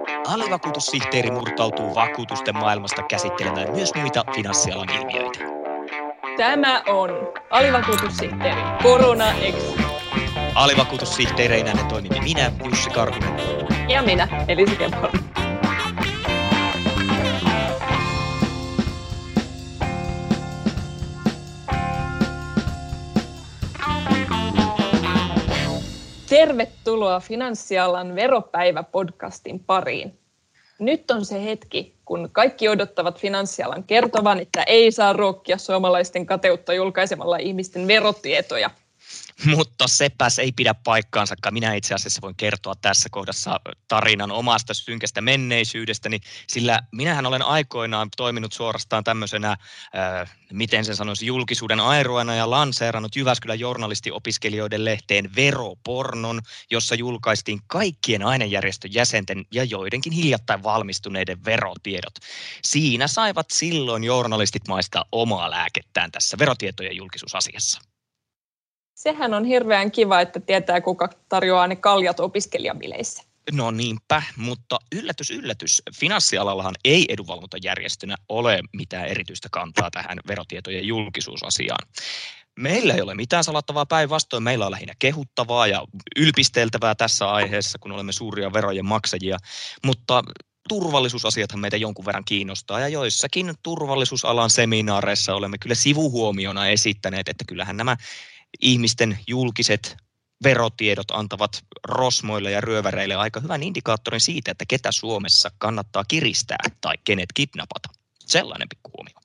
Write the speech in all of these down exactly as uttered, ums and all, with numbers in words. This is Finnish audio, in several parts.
Alivakuutussihteeri murtautuu vakuutusten maailmasta käsittelemään myös muita finanssialan ilmiöitä. Tämä on Alivakuutussihteeri Korona X. Alivakuutussihteereinä ne toimimme minä, Jussi Karhunen. Ja minä, Elisa Gebhard. Tervetuloa Finanssialan veropäivä-podcastin pariin. Nyt on se hetki, kun kaikki odottavat Finanssialan kertovan, että ei saa ruokkia suomalaisten kateutta julkaisemalla ihmisten verotietoja. Mutta sepäs ei pidä paikkaansakaan. Minä itse asiassa voin kertoa tässä kohdassa tarinan omasta synkästä menneisyydestäni, sillä minähän olen aikoinaan toiminut suorastaan tämmöisenä, äh, miten sen sanoisi, julkisuuden airoina ja lanseerannut Jyväskylän journalistiopiskelijoiden lehteen Veropornon, jossa julkaistiin kaikkien ainejärjestön jäsenten ja joidenkin hiljattain valmistuneiden verotiedot. Siinä saivat silloin journalistit maistaa omaa lääkettään tässä verotietojen julkisuusasiassa. Sehän on hirveän kiva, että tietää, kuka tarjoaa ne kaljat opiskelijabileissä. No niinpä, mutta yllätys, yllätys. Finanssialallahan ei edunvalvontajärjestönä ole mitään erityistä kantaa tähän verotietojen julkisuusasiaan. Meillä ei ole mitään salattavaa, päinvastoin. Meillä on lähinnä kehuttavaa ja ylpisteltävää tässä aiheessa, kun olemme suuria verojen maksajia, mutta turvallisuusasiathan meitä jonkun verran kiinnostaa, ja joissakin turvallisuusalan seminaareissa olemme kyllä sivuhuomiona esittäneet, että kyllähän nämä ihmisten julkiset verotiedot antavat rosmoille ja ryöväreille aika hyvän indikaattorin siitä, että ketä Suomessa kannattaa kiristää tai kenet kidnapata. Sellainen pikku huomio.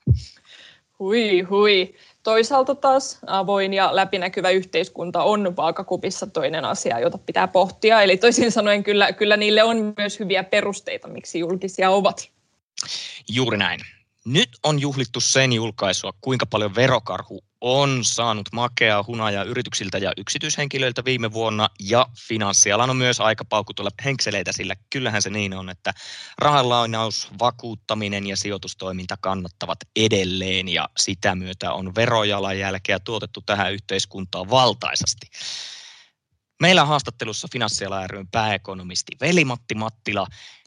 Hui hui. Toisaalta taas avoin ja läpinäkyvä yhteiskunta on vaakakupissa toinen asia, jota pitää pohtia. Eli toisin sanoen kyllä, kyllä niille on myös hyviä perusteita, miksi julkisia ovat. Juuri näin. Nyt on juhlittu sen julkaisua, kuinka paljon verokarhu on saanut makeaa hunajaa yrityksiltä ja yksityishenkilöiltä viime vuonna, ja finanssialan on myös aika paukutella henkseleitä, sillä kyllähän se niin on, että rahanlainaus, vakuuttaminen ja sijoitustoiminta kannattavat edelleen, ja sitä myötä on verojalanjälkeä tuotettu tähän yhteiskuntaan valtaisasti. Meillä on haastattelussa Finanssiala ry:n pääekonomisti Veli-Matti Mattila.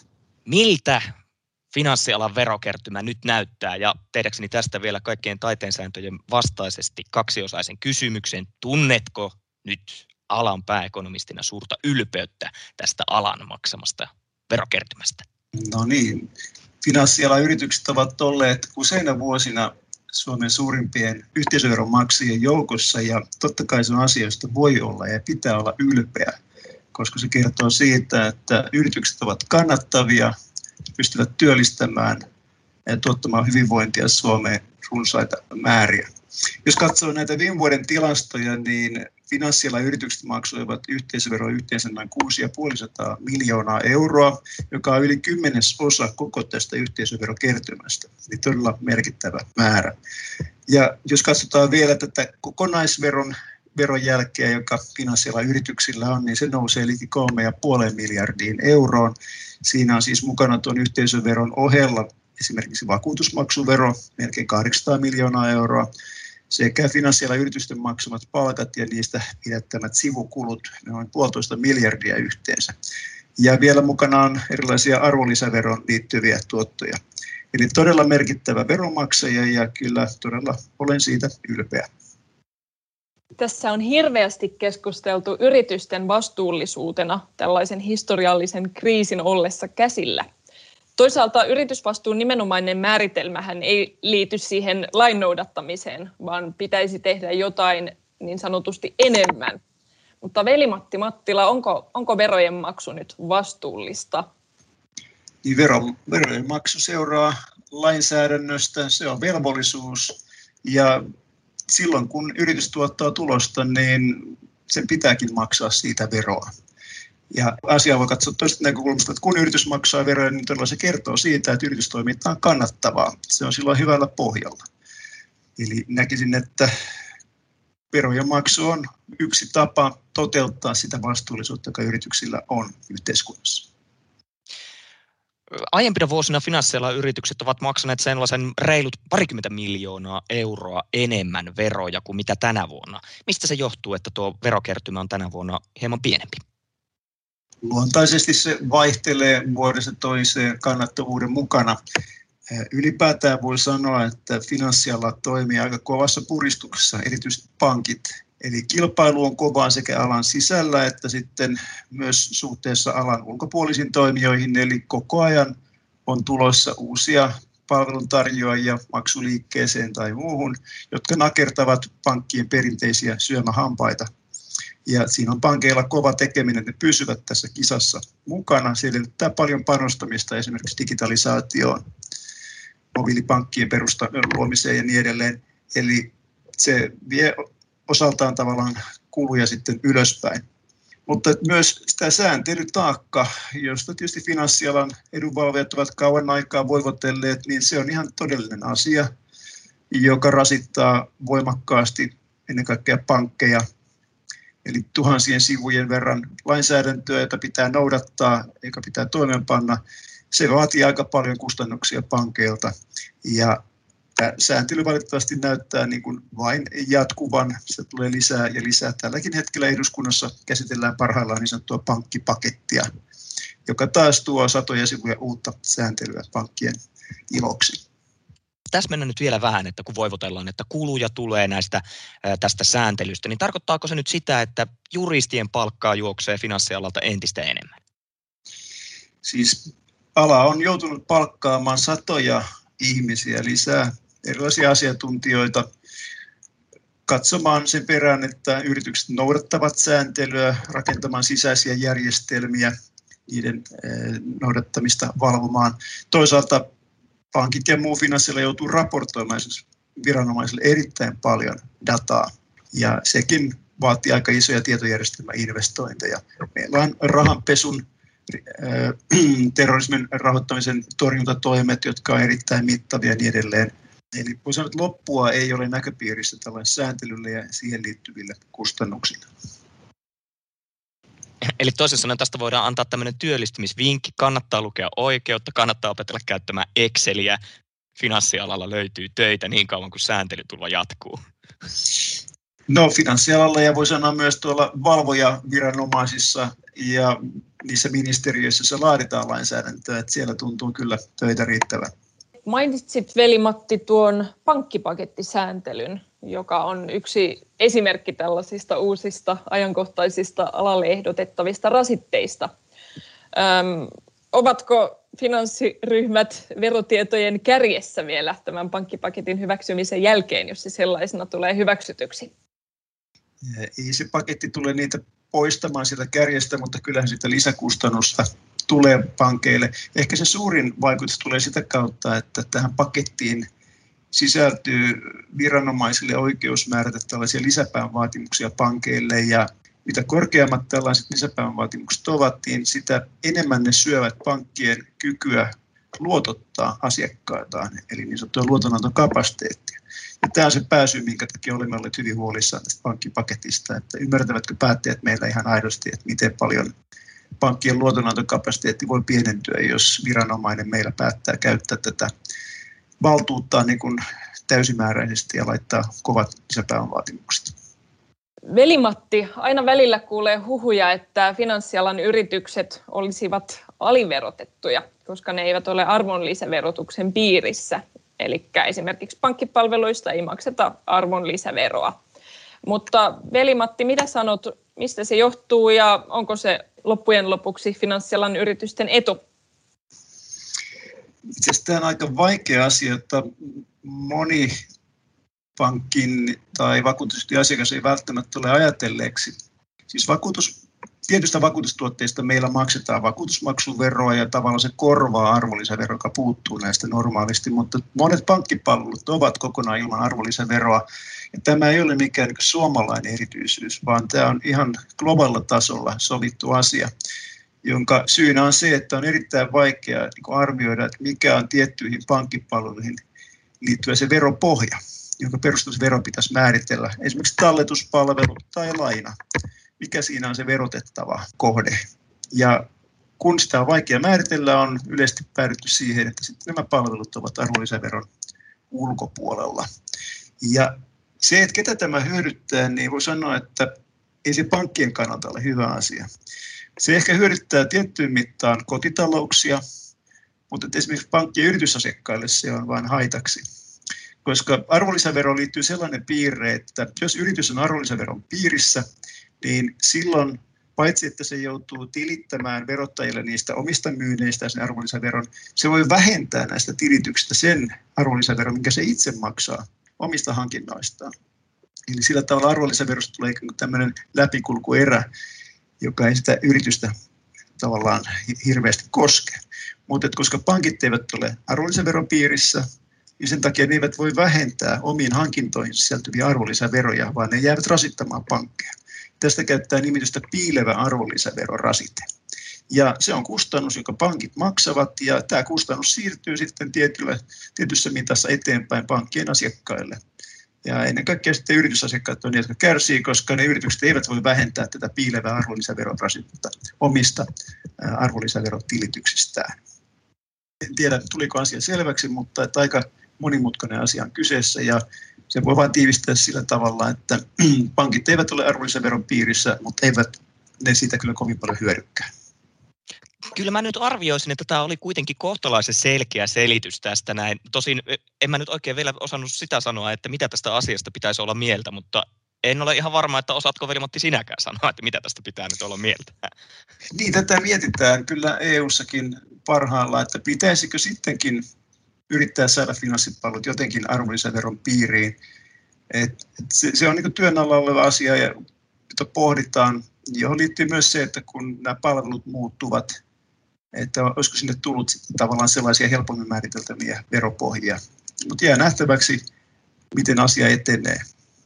Miltä finanssialan verokertymä nyt näyttää, ja tehdäkseni tästä vielä kaikkien taiteensääntöjen vastaisesti kaksiosaisen kysymyksen: tunnetko nyt alan pääekonomistina suurta ylpeyttä tästä alan maksamasta verokertymästä? No niin, finanssialan yritykset ovat olleet useina vuosina Suomen suurimpien yhteisöveron maksajien joukossa, ja totta kai se on asia, josta voi olla ja pitää olla ylpeä, koska se kertoo siitä, että yritykset ovat kannattavia, pystyvät työllistämään ja tuottamaan hyvinvointia Suomeen runsaita määriä. Jos katsoo näitä viime vuoden tilastoja, niin finanssialan yritykset maksoivat yhteisöveroa yhteensä noin kuusi ja viisisataa miljoonaa euroa, joka on yli kymmenesosa koko tästä yhteisöverokertymästä, eli todella merkittävä määrä. Ja jos katsotaan vielä tätä kokonaisveron veron jälkeä, joka finanssialan yrityksillä on, niin se nousee liki kolme pilkku viisi miljardiin euroon. Siinä on siis mukana tuon yhteisöveron ohella esimerkiksi vakuutusmaksuvero, melkein kahdeksansataa miljoonaa euroa, sekä finanssialan yritysten maksamat palkat ja niistä pidättämät sivukulut, noin puolitoista miljardia yhteensä. Ja vielä mukana on erilaisia arvonlisäveron liittyviä tuottoja. Eli todella merkittävä veronmaksaja, ja kyllä todella olen siitä ylpeä. Tässä on hirveästi keskusteltu yritysten vastuullisuutena tällaisen historiallisen kriisin ollessa käsillä. Toisaalta yritysvastuun nimenomainen määritelmähän ei liity siihen lain noudattamiseen, vaan pitäisi tehdä jotain niin sanotusti enemmän. Mutta Veli-Matti Mattila, onko, onko verojen maksu nyt vastuullista? Niin vero, verojen maksu seuraa lainsäädännöstä, se on velvollisuus, ja silloin kun yritys tuottaa tulosta, niin sen pitääkin maksaa siitä veroa. Ja asiaa voi katsoa toisesta näkökulmasta, että kun yritys maksaa veroja, niin todella se kertoo siitä, että yritystoiminta on kannattavaa. Se on silloin hyvällä pohjalla. Eli näkisin, että verojen maksu on yksi tapa toteuttaa sitä vastuullisuutta, joka yrityksillä on yhteiskunnassa. Aiempina vuosina finanssialan yritykset ovat maksaneet sellaisen reilut parikymmentä miljoonaa euroa enemmän veroja kuin mitä tänä vuonna. Mistä se johtuu, että tuo verokertymä on tänä vuonna hieman pienempi? Luontaisesti se vaihtelee vuodesta toiseen kannattavuuden mukana. Ylipäätään voi sanoa, että finanssiala toimii aika kovassa puristuksessa, erityisesti pankit. Eli kilpailu on kovaa sekä alan sisällä että sitten myös suhteessa alan ulkopuolisiin toimijoihin, eli koko ajan on tulossa uusia palveluntarjoajia maksuliikkeeseen tai muuhun, jotka nakertavat pankkien perinteisiä syömähampaita. Ja siinä on pankeilla kova tekeminen, että ne pysyvät tässä kisassa mukana. Se edellyttää paljon panostamista esimerkiksi digitalisaatioon, mobiilipankkien perustan luomiseen ja niin edelleen. Eli se vie osaltaan tavallaan kuluja sitten ylöspäin. Mutta myös tämä sääntelytaakka, josta tietysti finanssialan edunvalvojat ovat kauan aikaa voivotelleet, niin se on ihan todellinen asia, joka rasittaa voimakkaasti ennen kaikkea pankkeja. Eli tuhansien sivujen verran lainsäädäntöä, jota pitää noudattaa eikä pitää toimeenpanna. Se vaatii aika paljon kustannuksia pankeilta ja tämä sääntely valitettavasti näyttää niin kuin vain jatkuvan. Se tulee lisää ja lisää. Tälläkin hetkellä eduskunnassa käsitellään parhaillaan niin sanottua pankkipakettia, joka taas tuo satoja sivuja uutta sääntelyä pankkien iloksi. Tässä mennään nyt vielä vähän, että kun voivotellaan, että kuluja tulee näistä tästä sääntelystä, niin tarkoittaako se nyt sitä, että juristien palkkaa juoksee finanssialalta entistä enemmän? Siis ala on joutunut palkkaamaan satoja ihmisiä lisää, erilaisia asiantuntijoita, katsomaan sen perään, että yritykset noudattavat sääntelyä, rakentamaan sisäisiä järjestelmiä, niiden noudattamista valvomaan. Toisaalta pankit ja muu finanssiala joutuu raportoimaan viranomaisille erittäin paljon dataa, ja sekin vaatii aika isoja tietojärjestelmäinvestointeja. Meillä on rahanpesun, terrorismin rahoittamisen torjuntatoimet, jotka on erittäin mittavia ja niin edelleen. Eli voi sanoa, että loppua ei ole näköpiirissä tällainen sääntelylle ja siihen liittyville kustannuksille. Eli toisin sanoen tästä voidaan antaa tämmöinen työllistymisvinkki. Kannattaa lukea oikeutta, kannattaa opetella käyttämään Exceliä. Finanssialalla löytyy töitä niin kauan kuin sääntelytulva jatkuu. No finanssialalla ja voi sanoa myös tuolla valvojaviranomaisissa ja niissä ministeriöissä se laaditaan lainsäädäntöä, että siellä tuntuu kyllä töitä riittävän. Mainitsit, Veli-Matti, tuon pankkipakettisääntelyn, joka on yksi esimerkki tällaisista uusista ajankohtaisista alalle ehdotettavista rasitteista. Öm, ovatko finanssiryhmät verotietojen kärjessä vielä tämän pankkipaketin hyväksymisen jälkeen, jos se sellaisena tulee hyväksytyksi? Ei se paketti tule niitä poistamaan sitä kärjestä, mutta kyllähän sitä lisäkustannusta tulee pankeille. Ehkä se suurin vaikutus tulee sitä kautta, että tähän pakettiin sisältyy viranomaisille oikeus määrätä tällaisia lisäpääoman vaatimuksia pankeille, ja mitä korkeammat tällaiset lisäpääoman vaatimukset ovat, niin sitä enemmän ne syövät pankkien kykyä luotottaa asiakkaitaan, eli niin sanottua luotonantokapasiteettia. Ja tämä on se pääsy, minkä takia olemme olleet hyvin huolissaan tästä pankkipaketista, että ymmärtävätkö päättäjät meillä ihan aidosti, että miten paljon pankkien luotonantokapasiteetti voi pienentyä, jos viranomainen meillä päättää käyttää tätä valtuuttaa niin kuin täysimääräisesti ja laittaa kovat lisäpääomavaatimukset. Veli-Matti, aina välillä kuulee huhuja, että finanssialan yritykset olisivat aliverotettuja, koska ne eivät ole arvonlisäverotuksen piirissä. Eli esimerkiksi pankkipalveluista ei makseta arvonlisäveroa. Mutta Veli-Matti, mitä sanot, mistä se johtuu ja onko se loppujen lopuksi finanssialan yritysten etu? Itse asiassa tämä on aika vaikea asia, että moni pankin tai vakuutusyhtiön asiakas ei välttämättä ole ajatelleeksi. Siis vakuutus, tietystä vakuutustuotteista meillä maksetaan vakuutusmaksuveroa ja tavallaan se korvaa arvonlisävero, joka puuttuu näistä normaalisti, mutta monet pankkipalvelut ovat kokonaan ilman arvonlisäveroa. Ja tämä ei ole mikään niin suomalainen erityisyys, vaan tämä on ihan globaalilla tasolla sovittu asia, jonka syynä on se, että on erittäin vaikea niin arvioida, että mikä on tiettyihin pankkipalveluihin liittyvä se veropohja, jonka perustusvero pitäisi määritellä. Esimerkiksi talletuspalvelu tai laina. Mikä siinä on se verotettava kohde. Ja kun sitä on vaikea määritellä, on yleisesti päädytty siihen, että sitten nämä palvelut ovat arvonlisäveron ulkopuolella. Ja se, että ketä tämä hyödyttää, niin voi sanoa, että ei se pankkien kannalta ole hyvä asia. Se ehkä hyödyttää tiettyyn mittaan kotitalouksia, mutta esimerkiksi pankki- ja yritysasiakkaille se on vain haitaksi. Koska arvonlisäveroon liittyy sellainen piirre, että jos yritys on arvonlisäveron piirissä, niin silloin paitsi että se joutuu tilittämään verottajille niistä omista myynneistä sen arvonlisäveron, se voi vähentää näistä tilityksistä sen arvonlisäveron, minkä se itse maksaa omista hankinnoistaan. Eli sillä tavalla arvonlisäverosta tulee tämmöinen läpikulkuerä, joka ei sitä yritystä tavallaan hirveästi koske. Mutta koska pankit eivät ole arvonlisäveron piirissä, niin sen takia ne eivät voi vähentää omiin hankintoihin sisältyviä arvonlisäveroja, vaan ne jäävät rasittamaan pankkeja. Tästä käyttää nimitystä piilevä arvonlisäverorasite. Ja se on kustannus, jonka pankit maksavat, ja tämä kustannus siirtyy sitten tietyllä, tietyssä mitassa eteenpäin pankkien asiakkaille. Ja ennen kaikkea sitten yritysasiakkaat on ne, jotka kärsii, koska ne yritykset eivät voi vähentää tätä piilevää arvonlisäverorasitetta omista arvonlisäverotilityksistään. En tiedä, tuliko asia selväksi, mutta että aika monimutkainen asia on kyseessä, ja se voi vain tiivistää sillä tavalla, että pankit eivät ole arvonlisäveron piirissä, mutta eivät ne siitä kyllä kovin paljon hyödykään. Kyllä mä nyt arvioisin, että tämä oli kuitenkin kohtalaisen selkeä selitys tästä näin. Tosin en mä nyt oikein vielä osannut sitä sanoa, että mitä tästä asiasta pitäisi olla mieltä, mutta en ole ihan varma, että osaatko Veli-Matti sinäkään sanoa, että mitä tästä pitää nyt olla mieltä. Niin, tätä mietitään kyllä E U:ssakin parhaillaan, että pitäisikö sittenkin yrittää saada finanssipalvelut jotenkin arvonlisäveron piiriin. Et, et se, se on niin kuin työn alla oleva asia, ja jota pohditaan, johon liittyy myös se, että kun nämä palvelut muuttuvat, että olisiko sinne tullut sitten tavallaan sellaisia helpommin määriteltäviä veropohjia. Mutta jää nähtäväksi, miten asia etenee.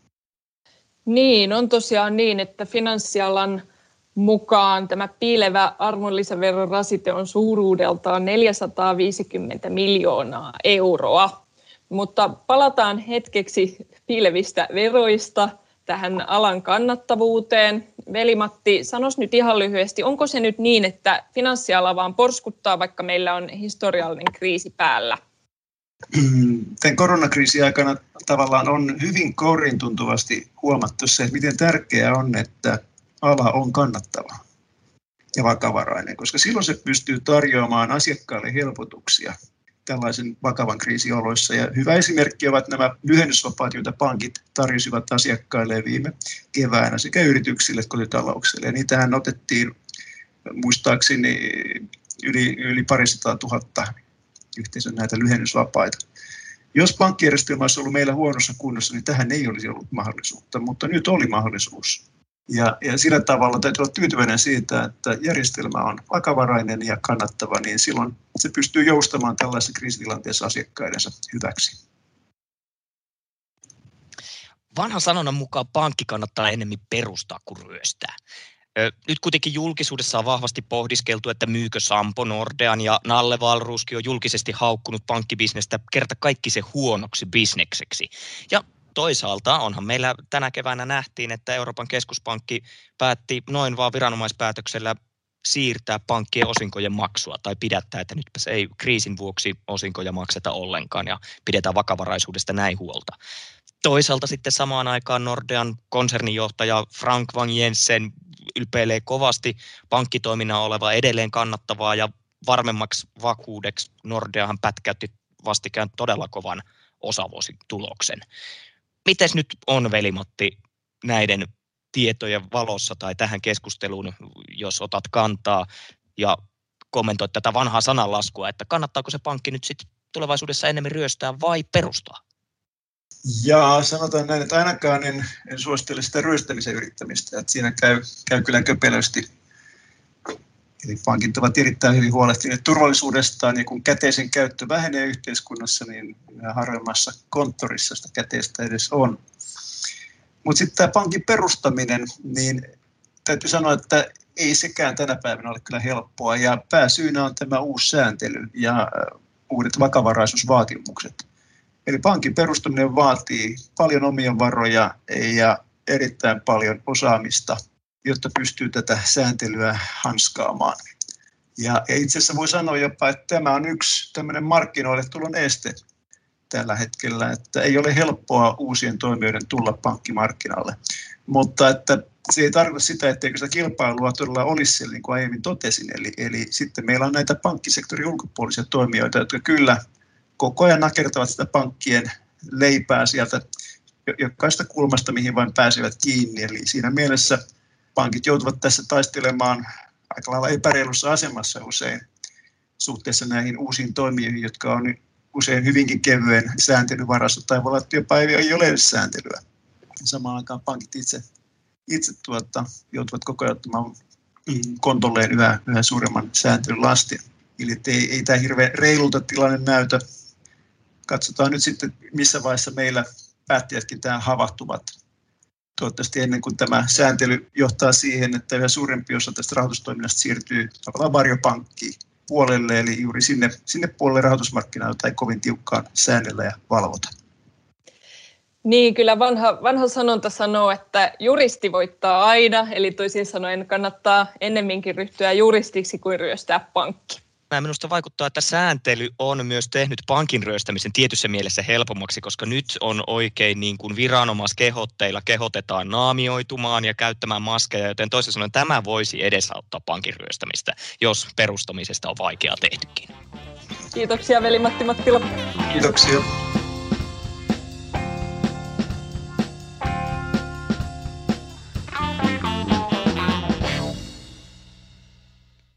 Niin, on tosiaan niin, että finanssialan mukaan tämä piilevä arvonlisäverorasite on suuruudeltaan neljäsataaviisikymmentä miljoonaa euroa. Mutta palataan hetkeksi piilevistä veroista tähän alan kannattavuuteen. Veli-Matti, sanois nyt ihan lyhyesti, onko se nyt niin, että finanssiala vaan porskuttaa, vaikka meillä on historiallinen kriisi päällä? Tämän koronakriisin aikana tavallaan on hyvin kouriintuntuvasti huomattu se, miten tärkeää on, että ala on kannattava ja vakavarainen, koska silloin se pystyy tarjoamaan asiakkaille helpotuksia tällaisen vakavan kriisin oloissa. Ja hyvä esimerkki ovat nämä lyhennysvapaat, joita pankit tarjosivat asiakkaille viime keväänä sekä yrityksille että kotitalouksille. Ja niitähän otettiin muistaakseni yli, yli parisataa tuhatta yhteensä näitä lyhennysvapaita. Jos pankkijärjestelmä olisi ollut meillä huonossa kunnossa, niin tähän ei olisi ollut mahdollisuutta, mutta nyt oli mahdollisuus. Ja, ja sillä tavalla täytyy olla tyytyväinen siitä, että järjestelmä on vakavarainen ja kannattava, niin silloin se pystyy joustamaan tällaisessa kriisitilanteessa asiakkaidensa hyväksi. Vanhan sanonnan mukaan pankki kannattaa enemmän perustaa kuin ryöstää. Nyt kuitenkin julkisuudessa on vahvasti pohdiskeltu, että myykö Sampo Nordean, ja Nalle Wahlrooskin on julkisesti haukkunut pankkibisnestä kerta kaikki se huonoksi bisnekseksi. Ja toisaalta onhan meillä tänä keväänä nähtiin, että Euroopan keskuspankki päätti noin vaan viranomaispäätöksellä siirtää pankkien osinkojen maksua tai pidättää, että nytpäs ei kriisin vuoksi osinkoja makseta ollenkaan ja pidetään vakavaraisuudesta näin huolta. Toisaalta sitten samaan aikaan Nordean konserninjohtaja Frank Vang Jensen ylpeilee kovasti pankkitoiminnan oleva edelleen kannattavaa, ja varmemmaksi vakuudeksi Nordeahan pätkäytti vastikään todella kovan osavuosituloksen. Mites nyt on, Veli-Matti, näiden tietojen valossa tai tähän keskusteluun, jos otat kantaa ja kommentoit tätä vanhaa sananlaskua, että kannattaako se pankki nyt sitten tulevaisuudessa enemmän ryöstää vai perustaa? Ja sanotaan näin, että ainakaan en, en suosittele sitä ryöstämisen yrittämistä, että siinä käy, käy kyllä köpelösti. Eli pankit ovat erittäin hyvin huolehtineet turvallisuudestaan, ja kun käteisen käyttö vähenee yhteiskunnassa, niin harvemmassa konttorissa sitä käteistä edes on. Mutta sitten tämä pankin perustaminen, niin täytyy sanoa, että ei sekään tänä päivänä ole kyllä helppoa, ja pääsyynä on tämä uusi sääntely ja uudet vakavaraisuusvaatimukset. Eli pankin perustaminen vaatii paljon omia varoja ja erittäin paljon osaamista, jotta pystyy tätä sääntelyä hanskaamaan. Ja itse asiassa voi sanoa jopa, että tämä on yksi tämmöinen markkinoille tulon este tällä hetkellä, että ei ole helppoa uusien toimijoiden tulla pankkimarkkinalle. Mutta että se ei tarkoita sitä, etteikö sitä kilpailua todella olisi siellä, niin kuin aiemmin totesin. Eli, eli sitten meillä on näitä pankkisektorin ulkopuolisia toimijoita, jotka kyllä koko ajan nakertavat sitä pankkien leipää sieltä jokaista kulmasta, mihin vain pääsevät kiinni. Eli siinä mielessä pankit joutuvat tässä taistelemaan aika lailla epäreilussa asemassa usein suhteessa näihin uusiin toimijoihin, jotka on usein hyvinkin kevyen sääntelyn varassa tai voi olla, että jopa ei ole edes sääntelyä. Samaan aikaan pankit itse, itse tuota, joutuvat koko ajan ottamaan kontolleen yhä, yhä suuremman sääntelyn lastin. Eli ei, ei tämä hirveän reilulta tilanne näytä. Katsotaan nyt sitten, missä vaiheessa meillä päättäjätkin tähän havahtuvat. Toivottavasti ennen kuin tämä sääntely johtaa siihen, että yhä suurempi osa tästä rahoitustoiminnasta siirtyy tavallaan varjopankkiin puolelle, eli juuri sinne, sinne puolelle rahoitusmarkkinoilta ei kovin tiukkaan säännellä ja valvota. Niin, kyllä vanha, vanha sanonta sanoo, että juristi voittaa aina, eli toisin sanoen kannattaa ennemminkin ryhtyä juristiksi kuin ryöstää pankki. Minusta vaikuttaa, että sääntely on myös tehnyt pankin ryöstämisen tietyssä mielessä helpommaksi, koska nyt on oikein niin kuin viranomaiskehotteilla kehotetaan naamioitumaan ja käyttämään maskeja, joten toisin sanoen tämä voisi edesauttaa pankin ryöstämistä, jos perustamisesta on vaikeaa tehtykin. Kiitoksia veli Matti Mattila. Kiitoksia.